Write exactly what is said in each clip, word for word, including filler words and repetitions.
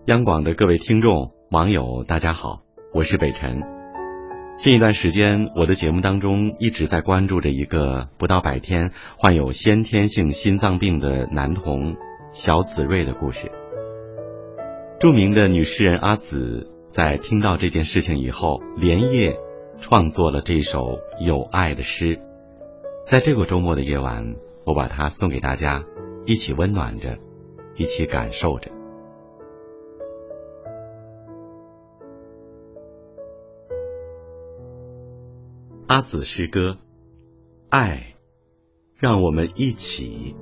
央广的各位听众、网友，大家好，我是北辰。近一段时间，我的节目当中一直在关注着一个不到百天患有先天性心脏病的男童小子睿的故事。著名的女诗人阿紫在听到这件事情以后，连夜创作了这首有爱的诗。在这个周末的夜晚，我把它送给大家，一起温暖着，一起感受着。阿紫诗歌，爱，让我们一起。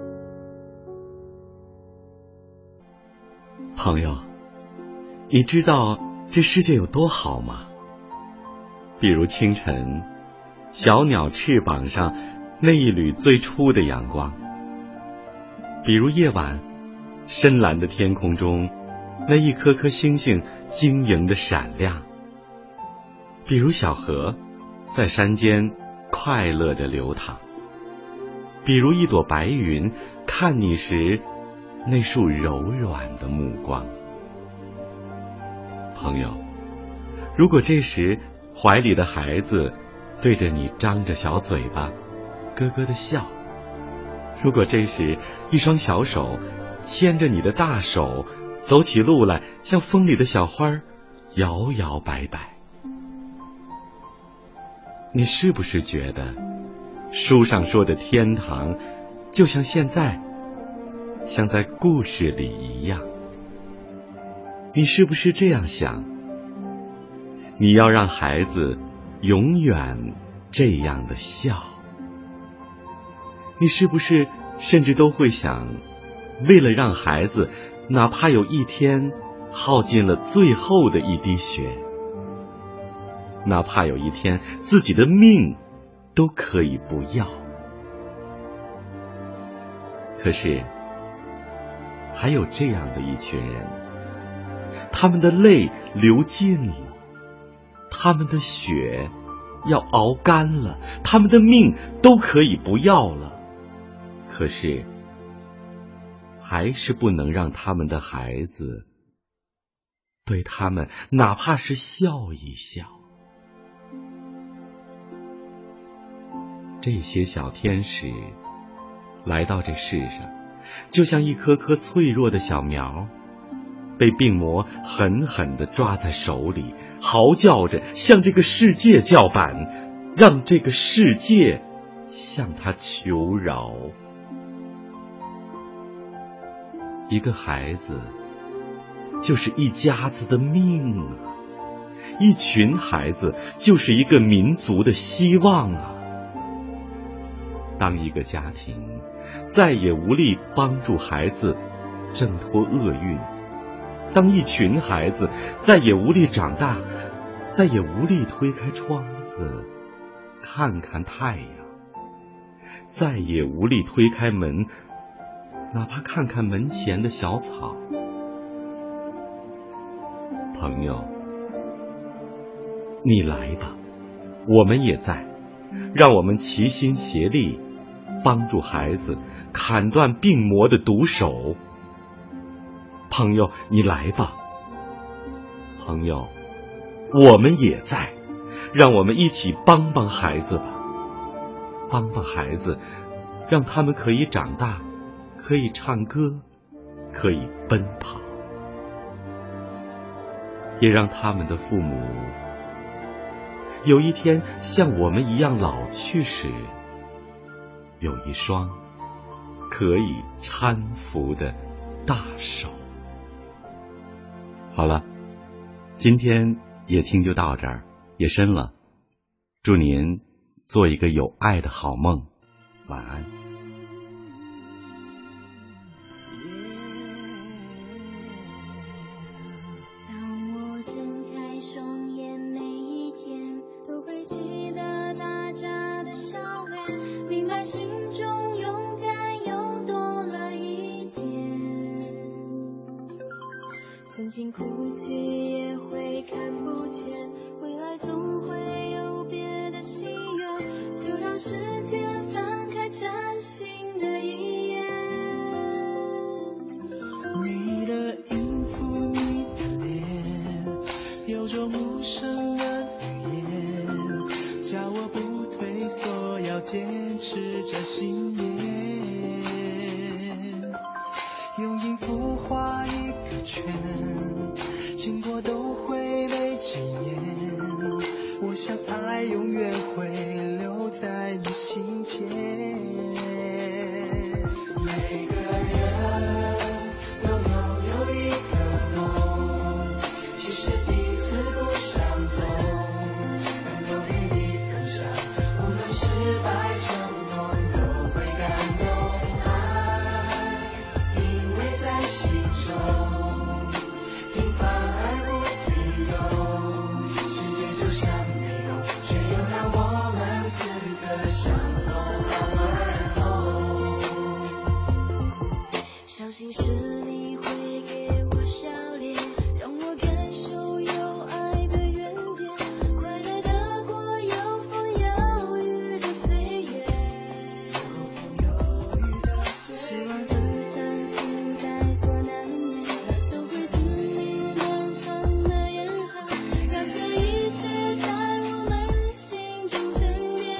朋友，你知道这世界有多好吗？比如清晨，小鸟翅膀上那一缕最初的阳光；比如夜晚，深蓝的天空中那一颗颗星星晶莹的闪亮；比如小河在山间快乐地流淌；比如一朵白云看你时那束柔软的目光。朋友，如果这时怀里的孩子对着你张着小嘴巴咯咯地笑，如果这时一双小手牵着你的大手走起路来像风里的小花摇摇摆摆，你是不是觉得书上说的天堂就像现在，像在故事里一样？你是不是这样想？你要让孩子永远这样的笑。你是不是甚至都会想，为了让孩子哪怕有一天耗尽了最后的一滴血，哪怕有一天自己的命都可以不要。可是还有这样的一群人，他们的泪流尽了，他们的血要熬干了，他们的命都可以不要了，可是还是不能让他们的孩子对他们哪怕是笑一笑。这些小天使来到这世上，就像一颗颗脆弱的小苗，被病魔狠狠地抓在手里，嚎叫着向这个世界叫板，让这个世界向他求饶。一个孩子就是一家子的命啊，一群孩子就是一个民族的希望啊。当一个家庭再也无力帮助孩子挣脱厄运，当一群孩子再也无力长大，再也无力推开窗子看看太阳，再也无力推开门哪怕看看门前的小草，朋友，你来吧，我们也在，让我们齐心协力帮助孩子砍断病魔的毒手。朋友，你来吧，朋友，我们也在，让我们一起帮帮孩子吧，帮帮孩子，让他们可以长大，可以唱歌，可以奔跑，也让他们的父母有一天像我们一样老去时，有一双可以搀扶的大手。好了，今天夜听就到这儿，夜深了，祝您做一个有爱的好梦，晚安。 曾经哭泣也会看不见，未来总会有别的心愿，就让时间翻开崭新的一页。你的音符试着信念，用音符画一个圈，经过都会被纪念。我想爱永远会留在你心间。每个人都拥有一个梦，其实彼此不相同，能够与你分享，无论失败成功都会感动。爱因为在心中平凡而不平庸，世界就像迷宫，却又让我们此刻相逢而后。 伤心时你会给我笑脸，让我感受有爱的原点，快乐的过有风有雨的岁月，希望分享现在所难免，都会经历漫长的严寒，让这一切在我们心中沉淀。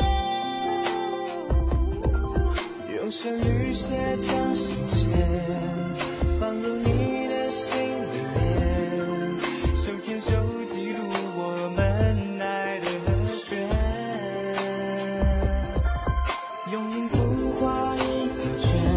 用旋律写张信笺，放入你的心里面，手牵手记录我们爱的和弦，用音符画一个圈，